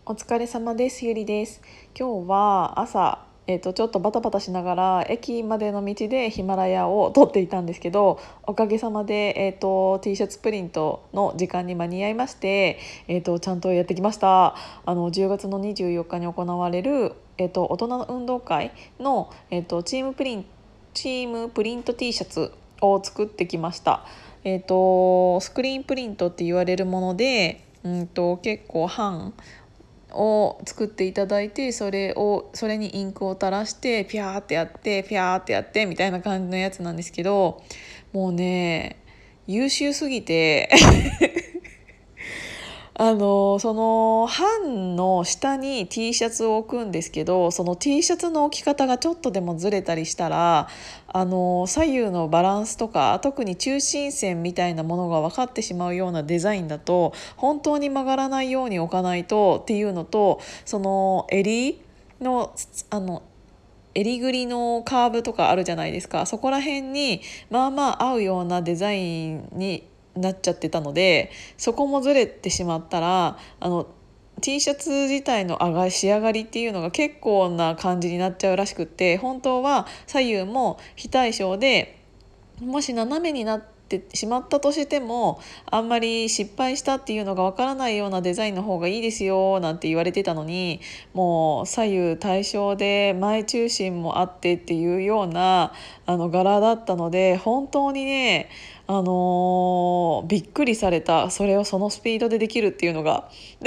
お疲れ様です。ゆりです。今日は朝、ちょっとバタバタしながら駅までの道でヒマラヤを撮っていたんですけど、おかげさまで、T シャツプリントの時間に間に合いまして、ちゃんとやってきました。10月の24日に行われる、大人の運動会の、チームプリント T シャツを作ってきました。スクリーンプリントって言われるもので、結構版を作っていただいて、それにインクを垂らしてピャーってやってピャーってやってみたいな感じのやつなんですけど、もうね優秀すぎてその版の下に T シャツを置くんですけど、その T シャツの置き方がちょっとでもずれたりしたら、左右のバランスとか特に中心線みたいなものが分かってしまうようなデザインだと、本当に曲がらないように置かないとっていうのと、そのの襟ぐりのカーブとかあるじゃないですか。そこら辺にまあまあ合うようなデザインになっちゃってたので、そこもずれてしまったらT シャツ自体の仕上がりっていうのが結構な感じになっちゃうらしくって、本当は左右も非対称で、もし斜めになってしまったとしてもあんまり失敗したっていうのがわからないようなデザインの方がいいですよなんて言われてたのに、もう左右対称で前中心もあってっていうような柄だったので、本当にねびっくりされた。それをそのスピードでできるっていうのが。で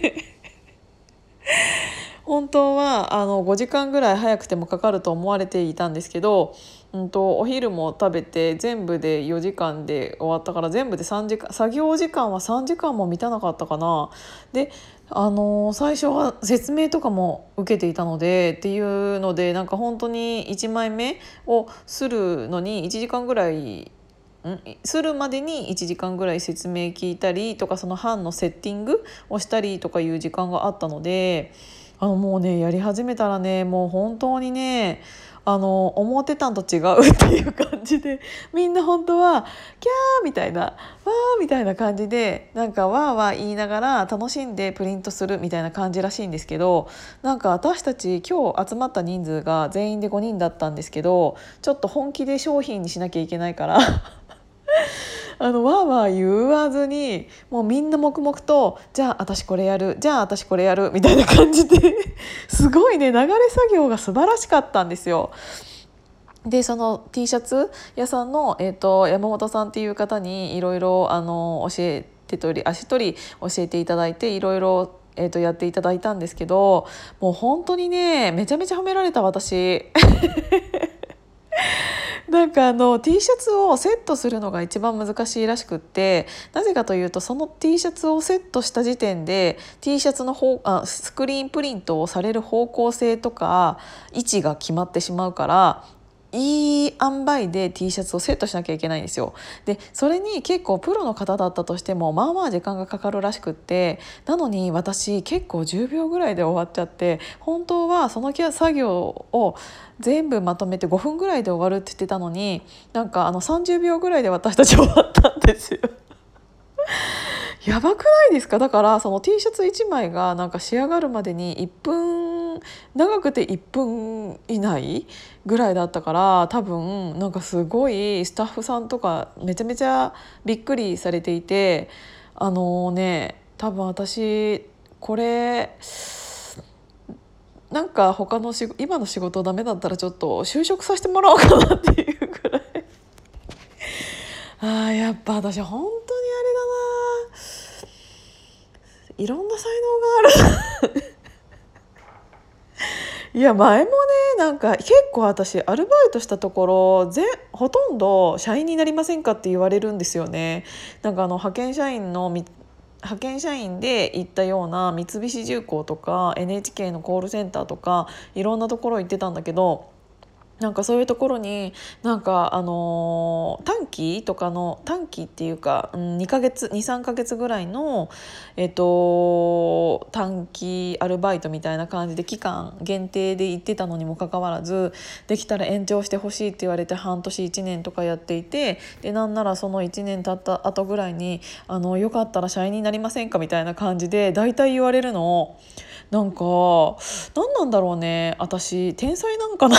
本当は5時間ぐらい早くてもかかると思われていたんですけど、お昼も食べて全部で4時間で終わったから、全部で3時間、作業時間は3時間も満たなかったかな。で最初は説明とかも受けていたのでっていうので、なんか本当に1枚目をするのに1時間ぐらいするまでに1時間ぐらい説明聞いたりとか、その版のセッティングをしたりとかいう時間があったので、もうねやり始めたらね、もう本当にね思ってたんと違うっていう感じで、みんな本当はキャーみたいなわーみたいな感じで、なんかわーわー言いながら楽しんでプリントするみたいな感じらしいんですけど、なんか私たち今日集まった人数が全員で5人だったんですけど、ちょっと本気で商品にしなきゃいけないからわーわー言わずに、もうみんな黙々とじゃあ私これやる、じゃあ私これやるみたいな感じですごいね流れ作業が素晴らしかったんですよ。でその T シャツ屋さんの、山本さんっていう方にいろいろ足取り教えていただいて、いろいろやっていただいたんですけど、もう本当にねめちゃめちゃ褒められた私なんかT シャツをセットするのが一番難しいらしくって、なぜかというとその T シャツをセットした時点で T シャツのスクリーンプリントをされる方向性とか位置が決まってしまうから、いい塩梅で T シャツをセットしなきゃいけないんですよ。でそれに結構プロの方だったとしてもまあまあ時間がかかるらしくって、なのに私結構10秒ぐらいで終わっちゃって、本当はその作業を全部まとめて5分ぐらいで終わるって言ってたのに、なんか30秒ぐらいで私たち終わったんですよ。やばくないですか？だからその T シャツ1枚がなんか仕上がるまでに1分、長くて1分以内ぐらいだったから、多分なんかすごいスタッフさんとかめちゃめちゃびっくりされていて、多分私これなんか今の仕事ダメだったらちょっと就職させてもらおうかなっていうくらいやっぱ私本当にあれだな、いろんな才能があるいや前もね、なんか結構私アルバイトしたところほとんど社員になりませんかって言われるんですよね。なんか派遣社員で行ったような三菱重工とか NHK のコールセンターとかいろんなところ行ってたんだけど、 なんかそういうところになんか短期とかの短期っていうか、2ヶ月23ヶ月ぐらいの、短期アルバイトみたいな感じで期間限定で行ってたのにもかかわらず、できたら延長してほしいって言われて半年1年とかやっていて、でなんならその1年経った後ぐらいによかったら社員になりませんかみたいな感じで大体言われるの。なんか何なんだろうね、私天才なんかな。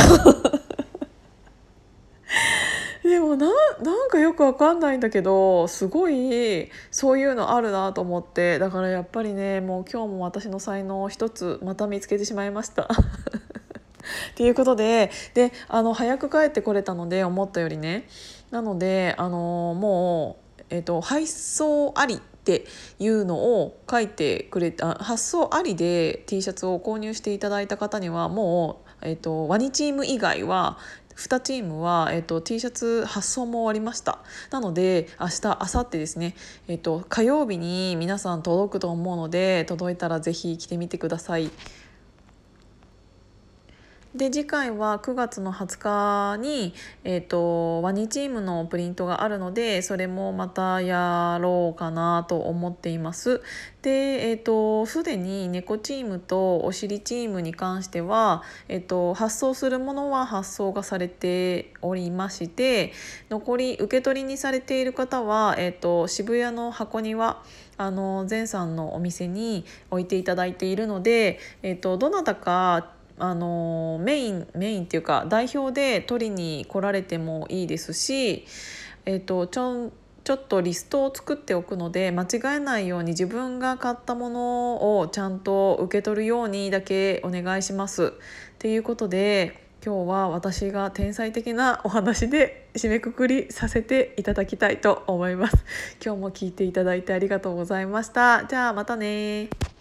でもなんかよくわかんないんだけど、すごいそういうのあるなと思って、だからやっぱりね、もう今日も私の才能を一つまた見つけてしまいました。っていうことで早く帰ってこれたので、思ったよりね。なのでもう、配送ありっていうのを書いてくれた、発送ありで T シャツを購入していただいた方にはもう、ワニチーム以外は2チームは、T シャツ発送も終わりました。なので明日明後日ですね、火曜日に皆さん届くと思うので、届いたらぜひ着てみてください。で次回は9月の20日に、ワニチームのプリントがあるので、それもまたやろうかなと思っています。で、すでに猫チームとおしりチームに関しては、発送するものは発送がされておりまして、残り受け取りにされている方は、渋谷の箱庭前さんのお店に置いていただいているので、どなたかメインっていうか代表で取りに来られてもいいですし、ちょっとリストを作っておくので、間違えないように自分が買ったものをちゃんと受け取るようにだけお願いします。っていうことで、今日は私が天才的なお話で締めくくりさせていただきたいと思います。今日も聞いていただいてありがとうございました。じゃあまたね。